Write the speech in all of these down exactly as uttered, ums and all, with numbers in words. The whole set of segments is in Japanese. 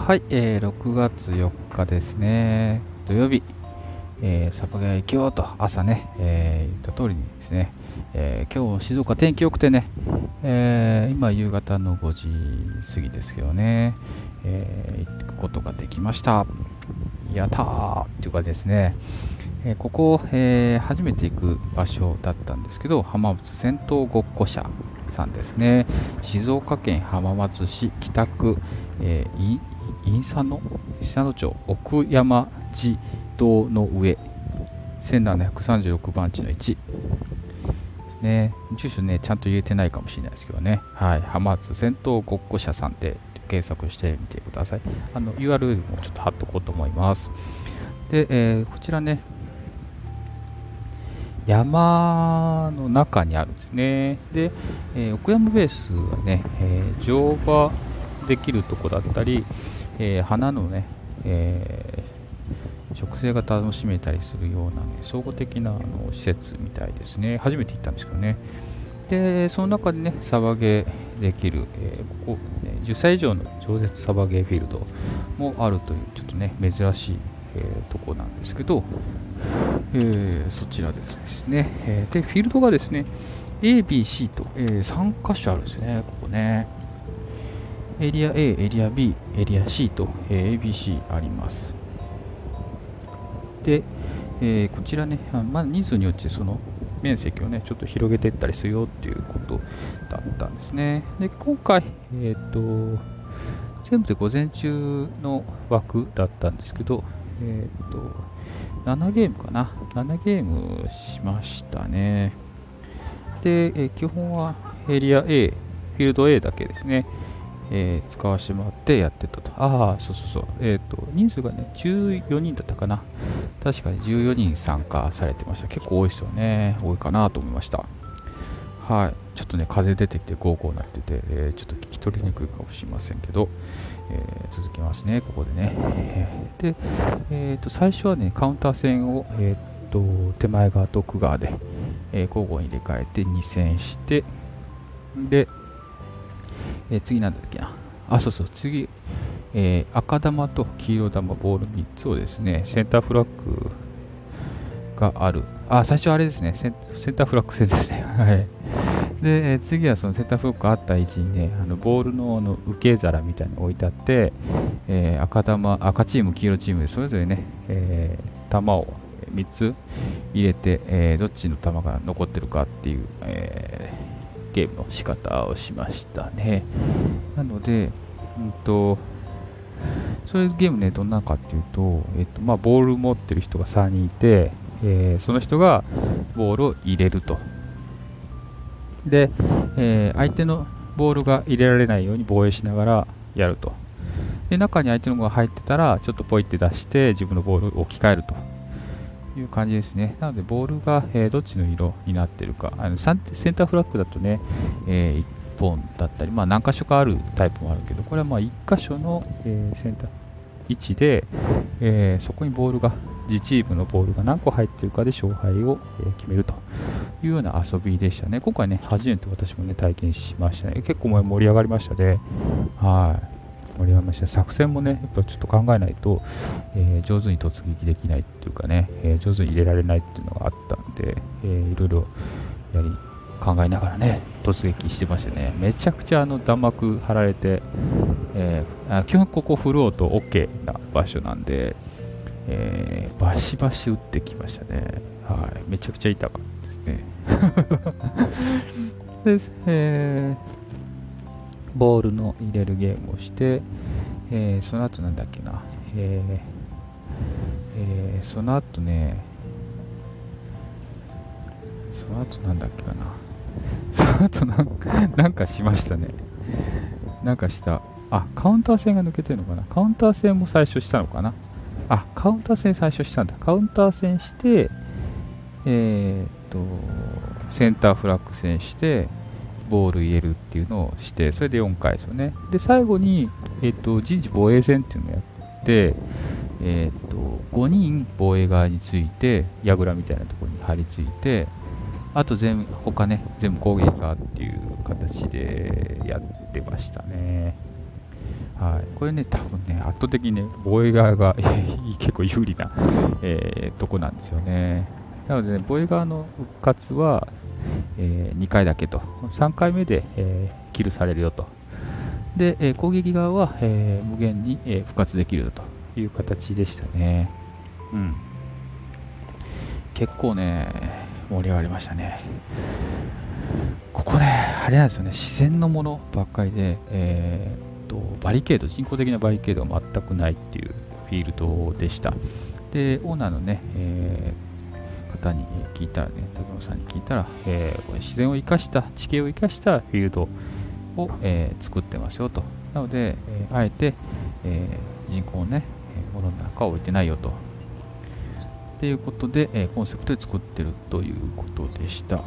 はい、えー、ろくがつよっかですね、土曜日、えー、サバゲー行きようと朝ね、えー、言った通りにですね、えー、今日静岡天気良くてね、えー、今夕方のごじ過ぎですけどね、えー、行くことができました。やったーっていうかですね、えー、ここ、えー、初めて行く場所だったんですけど、浜松銭湯ごっこ社さんですね。静岡県浜松市北区、えー、印佐野印佐野町奥山地道の上せんななひゃくさんじゅうろくばん地のいちですね。住所ねちゃんと言えてないかもしれないですけどね、はい、浜松銭湯ごっこ社さんで検索してみてください。あの ユーアールエル もちょっと貼っとこうと思います。で、えー、こちらね山の中にあるんですね。で、えー、奥山ベースはね、えー、乗馬できるとこだったり、えー、花のね、えー、植生が楽しめたりするような、ね、総合的なあの施設みたいですね。初めて行ったんですけどね。で、その中でね、サバゲーできる、えー、ここ、ね、じゅっさい以上の常設サバゲーフィールドもあるという、ちょっとね、珍しい、えー、とこなんですけど、えー、そちらでですね、えー、で、フィールドがですね、A、B、C と、えー、さん箇所あるんですね、ここね。エリア A、エリア B、エリア C と、えー、エービーシー あります。で、えー、こちらね、まあ、人数によってその面積をね、ちょっと広げていったりするよっていうことだったんですね。で、今回、えっと、全部で午前中の枠だったんですけど、えっと、ななゲームかな。ななゲームしましたね。で、えー、基本はエリア A、フィールド A だけですね。えー、使わせてもらってやってたと。ああ、そうそうそう。えっ、ー、と、人数がね、じゅうよにんだったかな。確かにじゅうよにん参加されてました。結構多いですよね。多いかなと思いました。はい。ちょっとね、風出てきてゴーゴーなってて、えー、ちょっと聞き取りにくいかもしれませんけど、えー、続きますね、ここでね。で、えっ、ー、と、最初はね、カウンター戦を、えっ、と、手前側と奥側で、えー、交互に入れ替えてに戦して、で、えー、次なんだっけな。あ、そうそう、次、えー、赤玉と黄色玉ボールみっつをですね、センターフラッグがある。あ、最初あれですね、センセンターフラッグ戦ですね。はい。で、えー、次はそのセンターフラッグがあった位置にね、あのボールのあの受け皿みたいに置いてあって、えー、赤玉、赤チーム、黄色チームでそれぞれね、えー、玉をみっつ入れて、えー、どっちの玉が残ってるかっていう、えー、ゲームの仕方をしましたね。なので、うんと、そういうゲームね、どんなかっていうと、えっと、まあ、ボール持ってる人がさんにんいて、えー、その人がボールを入れると。で、えー、相手のボールが入れられないように防衛しながらやると。で、中に相手のボールが入ってたら、ちょっとポイって出して、自分のボールを置き換えるという感じですね。なので、ボールが、えー、どっちの色になってるか。あのセンターフラッグだとね、えー、いっぽんだったり、まあ、何箇所かあるタイプもあるけど、これはまあいっ箇所の、えー、センター位置で、えー、そこにボールが、自チームのボールが何個入っているかで勝敗を、えー、決めるというような遊びでしたね。今回ね、初めて私もね、体験しましたね。結構盛り上がりましたね。はい。盛り上がりました。作戦もね、やっぱちょっと考えないと、えー、上手に突撃できないっていうかね、えー、上手に入れられないっていうのがあったんで、えー、いろいろやり、考えながらね、突撃してましたね。めちゃくちゃあの弾幕張られて、えー、あ基本ここフロート OK な場所なんで、えー、バシバシ打ってきましたね。はい。めちゃくちゃ痛かったですね。で、えー、ボールの入れるゲームをして、えー、その後なんだっけな、えーえー、その後ね、その後なんだっけかな、その後なんか、なんかしましたね。なんかした。あ、カウンター戦が抜けてるのかな。カウンター戦も最初したのかな。あ、カウンター戦最初したんだ。カウンター戦して、えー、っと、センターフラッグ戦して、ボール入れるっていうのをして、それでよんかいですよね。で、最後に、えー、っと、陣地防衛戦っていうのをやって、えー、っと、ごにん防衛側について、櫓みたいなところに張り付いて、あと全部、他ね、全部攻撃側っていう形でやってましたね。 はい、これね、多分ね、圧倒的にね、防衛側が結構有利な、えー、とこなんですよね。なので、ね、防衛側の復活は、えー、にかいだけと、さんかいめで、えー、キルされるよと。で、えー、攻撃側は、えー、無限に、えー、復活できるよという形でしたね。うん。結構ね、盛り上がりましたね。ここね、あれなんですよね、自然のものばっかりで、えー、とバリケード、人工的なバリケードは全くないっていうフィールドでした。で、オーナーのね、えー、方に聞いたらね、竹野さんに聞いたら、えー、これ自然を生かした、地形を生かしたフィールドを、えー、作ってますよと。なので、えー、あえて、えー、人工のね、ものの中を置いてないよと。っていうことで、えー、コンセプトで作ってるということでした。や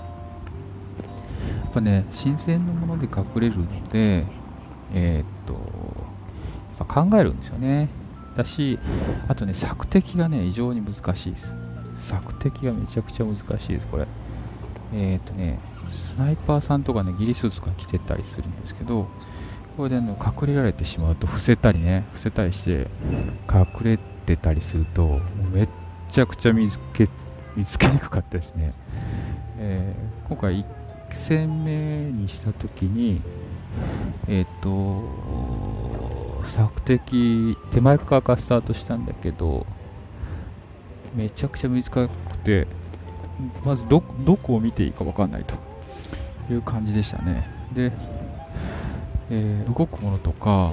っぱね、新鮮なもので隠れるので、えー、っと、やっぱ考えるんですよね。だし、あとね、索敵がね、異常に難しいです。索敵がめちゃくちゃ難しいです、これ。えー、っとね、スナイパーさんとかね、ギリスーツとか着てたりするんですけど、これで、ね、隠れられてしまうと、伏せたりね、伏せたりして、隠れてたりすると、もうめっちゃくちゃ見つけ、見つけにくかったですね。えー、今回いっ戦目にしたときに、えっ、ー、と、索敵、手前側からスタートしたんだけど、めちゃくちゃ見つかなくて、まずど、どこを見ていいか分かんないという感じでしたね。で、えー、動くものとか、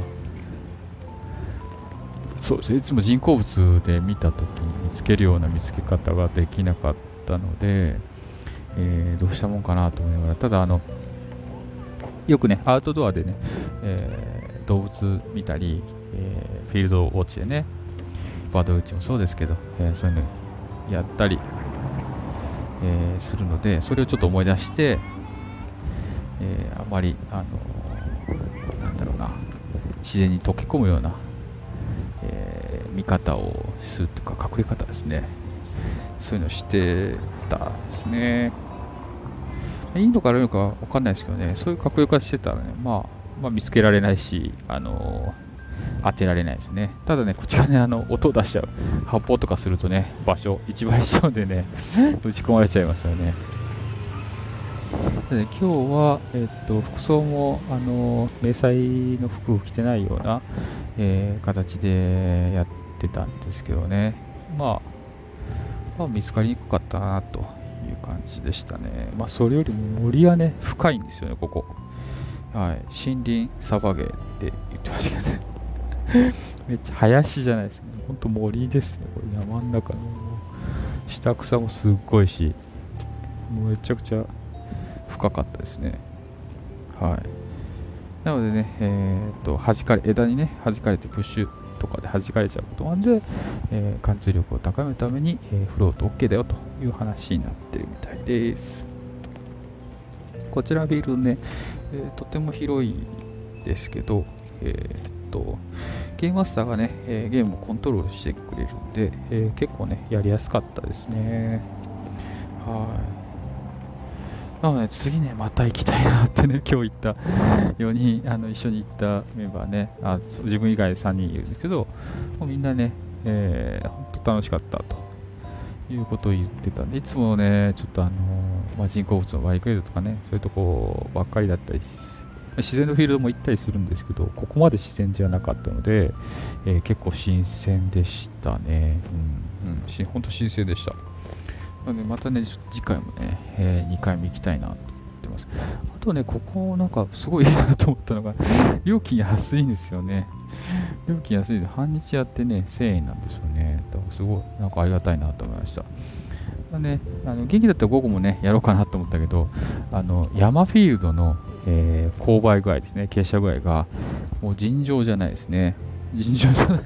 そうですね、いつも人工物で見たときに見つけるような見つけ方ができなかったので、えー、どうしたもんかなと思いながら、ただあの、よくね、アウトドアでね、えー、動物見たり、えー、フィールドウォッチでね、バードウォッチもそうですけど、えー、そういうのやったり、えー、するので、それをちょっと思い出して、えー、あまり、あのー、なんだろうな、自然に溶け込むような、えー、見方をするというか、隠れ方ですね。そういうのをしてたですね。いいのか悪いのか分かんないですけどね、そういう隠れ方してたらね、まあ、まあ、見つけられないし、あのー、当てられないですね。ただね、こちらね、あの音を出しちゃう、発砲とかするとね、場所、一番一緒でね、打ち込まれちゃいますよね。でね、今日は、えっと、服装も、あのー、迷彩の服を着てないような、えー、形でやってたんですけどね、まあ、まあ、見つかりにくかったなという感じでしたね。まあ、それよりも森はね、深いんですよね、ここ。はい、森林サバゲーって言ってましたけどね。めっちゃ林じゃないですね。ほんと森ですね、これ山の中の。下草もすっごいし、もうめちゃくちゃ深かったですね。はい。なのでね、えー、っと、弾かれ、枝にね、弾かれてプッシュとかで弾かれちゃうことなんで、えー、貫通力を高めるために、えー、フロート OK だよという話になってるみたいです。こちらのフィールドね、えー、とても広いですけど、えー、っとゲームマスターがね、えー、ゲームをコントロールしてくれるんで、えー、結構ね、やりやすかったですね。はい。なので、次ね、また行きたいなってね、今日行ったよにん、あの一緒に行ったメンバーね、あ自分以外でさんにんいるんですけど、もうみんなね、えー、本当楽しかったということを言ってたんで、いつもね、ちょっとあのー、まあ、人工物のバイクエイドとかね、そういうとこばっかりだったり、自然のフィールドも行ったりするんですけど、ここまで自然じゃなかったので、えー、結構新鮮でしたね。うん、うん、し本当新鮮でした。なので、またね、次回もね、えー、にかいめ行きたいなと思ってます。あとね、ここなんかすごいいいなと思ったのが、料金安いんですよね。料金安いで、半日やってね、せんえんなんですよね。だからすごい、なんかありがたいなと思いました。ね、あの元気だったら午後もね、やろうかなと思ったけど、あの山フィールドの、えー、勾配具合ですね、傾斜具合が、もう尋常じゃないですね。尋常じゃないって、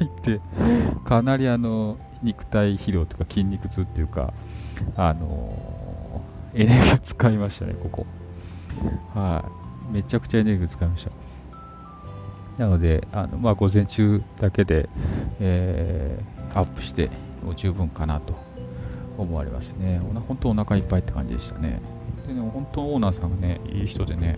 かなりあの肉体疲労とか筋肉痛っていうか、あのー、エネルギー使いましたね、ここ。はい、めちゃくちゃエネルギー使いました。なので、あのまあ、午前中だけで、えー、アップしてもう十分かなと思われますね。本当お腹いっぱいって感じでしたね。でね、本当オーナーさんがね、いい人でね、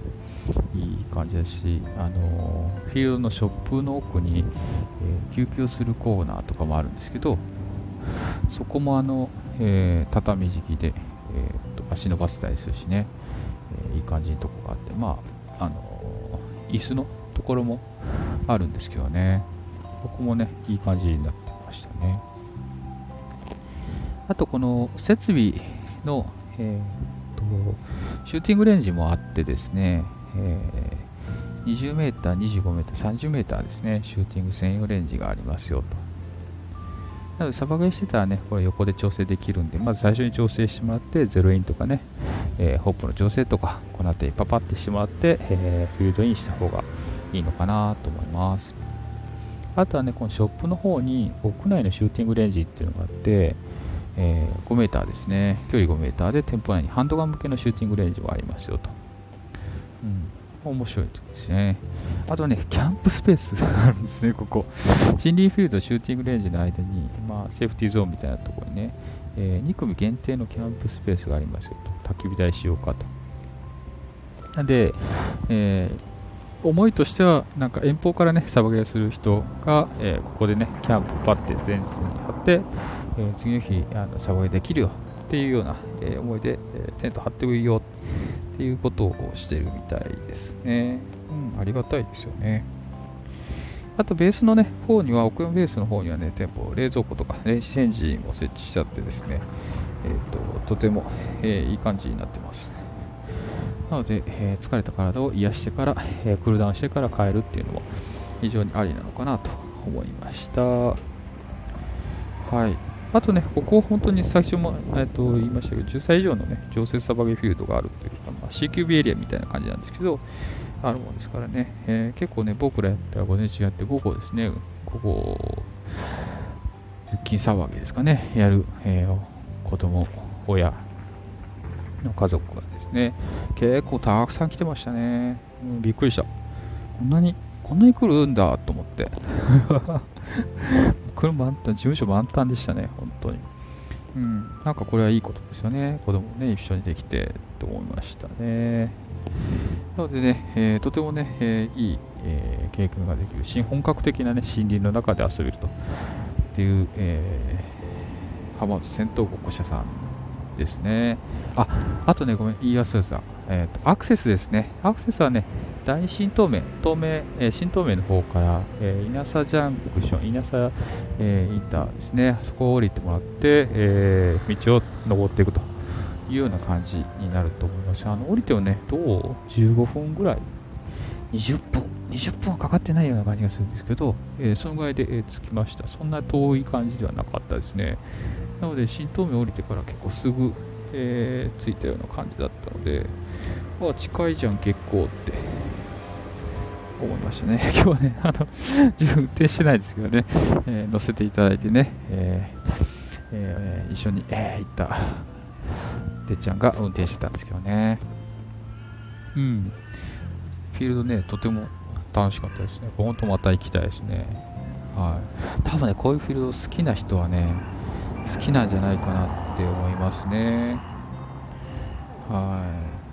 いい感じだし、あのフィールドのショップの奥に、えー、休憩するコーナーとかもあるんですけど、そこもあの、えー、畳敷きで、えー、と足伸ばせたりするしね、えー、いい感じのとこがあって、まあ、あのー、椅子のところもあるんですけどね、ここもね、いい感じになってましたね。あと、この設備の、えー、とシューティングレンジもあってですね、えー、にじゅうメーター、にじゅうごメーター、さんじゅうメーターですね、シューティング専用レンジがありますよと。なので、サバゲーしてたらね、これ横で調整できるんで、まず最初に調整してもらって、ゼロインとかね、えー、ホップの調整とか、この辺りパパってしてもらって、えー、フィールドインした方がいいのかなと思います。あとはね、このショップの方に屋内のシューティングレンジっていうのがあって、えー、ごメーターですね、距離ごメーターで店舗内にハンドガン向けのシューティングレンジもありますよと。うん、面白いところですね。あとね、キャンプスペースがあるんですね、ここ。森林フィールド、シューティングレンジの間に、まあ、セーフティーゾーンみたいなところにね、えー、に組限定のキャンプスペースがありますよと。焚き火台しようかと。なんで、えー、思いとしては、なんか遠方からね、サバゲーする人が、えー、ここでね、キャンプパッて前日に張って、えー、次の日あのサバゲーできるよっていうような、えー、思いで、えー、テント張ってもいいよっていうことをしてるみたいですね。うん、ありがたいですよね。あとベースのね、方には、奥山ベースの方にはね、店舗、冷蔵庫とか電子レンジも設置しちゃってですね、えー、ととても、えー、いい感じになってます。なので、えー、疲れた体を癒してから、えー、クールダウンしてから帰るっていうのも非常にありなのかなと思いました。はい。あとね、ここ本当に最初も、えー、と言いましたけど、じゅっさい以上のね、常設サバゲーフィールドがあるというか、まあ、シーキュービー エリアみたいな感じなんですけど、あるもんですからね、えー、結構ね、僕らやったら午前中やって、午後ですね、午後、出勤騒ぎですかね、やる、えー、子供、親の家族がですね、結構たくさん来てましたね。うん、びっくりした。こんなに、こんなに来るんだと思って。これ満タン、事務所満タンでしたね、本当に。うん、なんかこれはいいことですよね。子供ね、一緒にできてと思いましたね。なのでね、えー、とてもね、えー、いい、えー、経験ができる、新本格的なね、森林の中で遊べるとっていう、えー、浜松戦闘ごっこ社さんですね。あ、あとね、ごめん、言い忘れた。えーと、アクセスですね。アクセスはね、第二新東名、東名、えー、新東名の方から、えー、稲佐ジャンクション、稲佐、えー、インターですね。そこを降りてもらって、えー、道を登っていくというような感じになると思います。あの降りてもね、どうじゅうごふんぐらい、にじゅっぷん、にじゅっぷんはかかってないような感じがするんですけど、えー、そのぐらいで、えー、着きました。そんな遠い感じではなかったですね。なので、新東名降りてから結構すぐ、えー、着いたような感じだったので、あ、近いじゃん、結構って思いましたね。今日はね、あの自分運転してないですけどね、えー、乗せていただいてね、えーえー、一緒に、えー、行ったてっちゃんが運転してたんですけどね。うん。フィールドね、とても楽しかったですね。本当また行きたいですね。はい。多分ね、こういうフィールド好きな人はね、好きなんじゃないかなって思いますね。はい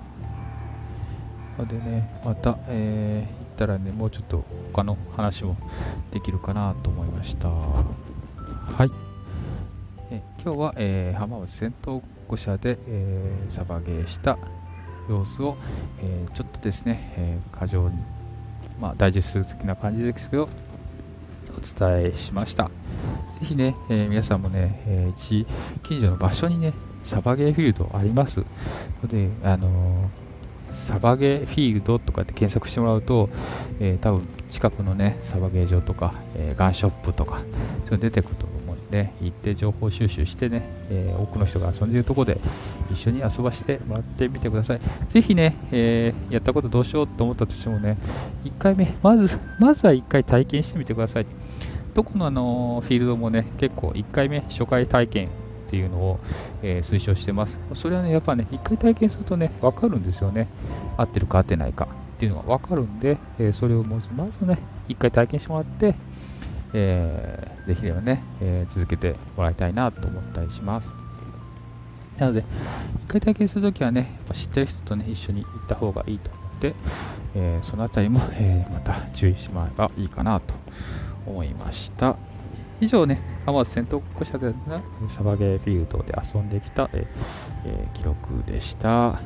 。でね、また、えー、行ったらね、もうちょっと他の話もできるかなと思いました。はい。え今日は、えー、浜松戦闘ご社で、えー、サバゲーした様子を、えー、ちょっとですね、えー、過剰に、まあ、ダイジェスト的な感じですけど、お伝えしました。ぜひね、えー、皆さんもね、えー、近所の場所にね、サバゲーフィールドありますので、あのーサバゲーフィールドとかって検索してもらうと、えー、多分近くのねサバゲー場とか、えー、ガンショップとかそういうの出てくると思うので、行って情報収集してね、えー、多くの人が遊んでいるところで一緒に遊ばせてもらってみてください。ぜひね、えー、やったことどうしようと思ったとしてもね、いっかいめまずまずはいっかい体験してみてください。どこのあのフィールドもね結構いっかいめ初回体験っていうのを、えー、推奨してます。それはね、やっぱね、一回体験するとね、わかるんですよね。合ってるか合ってないかっていうのがわかるんで、えー、それをまずまずね、一回体験してもらって、えー、ぜひね、えー、続けてもらいたいなと思ったりします。なので、一回体験するときはね、知ってる人とね、一緒に行った方がいいと思いで、えー、そのあたりも、えー、また注意してもらえばいいかなと思いました。以上ね、浜松戦闘国社でサバゲーフィールドで遊んできた、えーえー、記録でした。はい、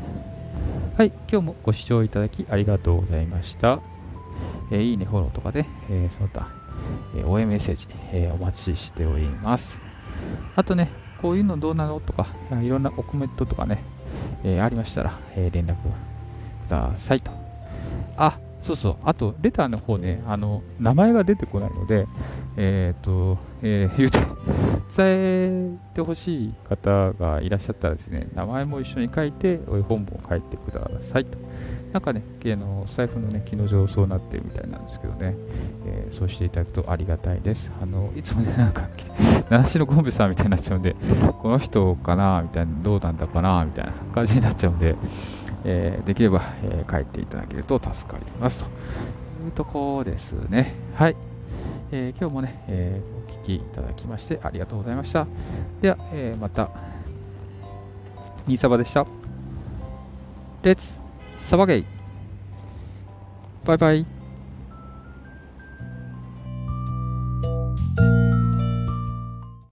今日もご視聴いただきありがとうございました。えー、いいね、フォローとかで、えー、その他、えー、応援メッセージ、えー、お待ちしております。あとね、こういうのどうなのとか、いろんなコメントとかね、えー、ありましたら、えー、連絡くださいと。あ、そうそう、あと、レターの方ね、あの、名前が出てこないので、えっ、ー、と、えー、言うて、伝えてほしい方がいらっしゃったらですね、名前も一緒に書いて、本文を書いてくださいと。なんかね、あの財布のね、機能上そうなってるみたいなんですけどね、えー、そうしていただくとありがたいです。あの、いつもね、なんか、七種のゴンベさんみたいになっちゃうんで、この人かなみたいな、どうなんだかなみたいな感じになっちゃうんで、えー、できれば、えー、書いていただけると助かりますというところですね。はい。えー、今日もね、えー、お聞きいただきましてありがとうございました。では、えー、また、ニーサバでした。レッツサバゲイバイバイ。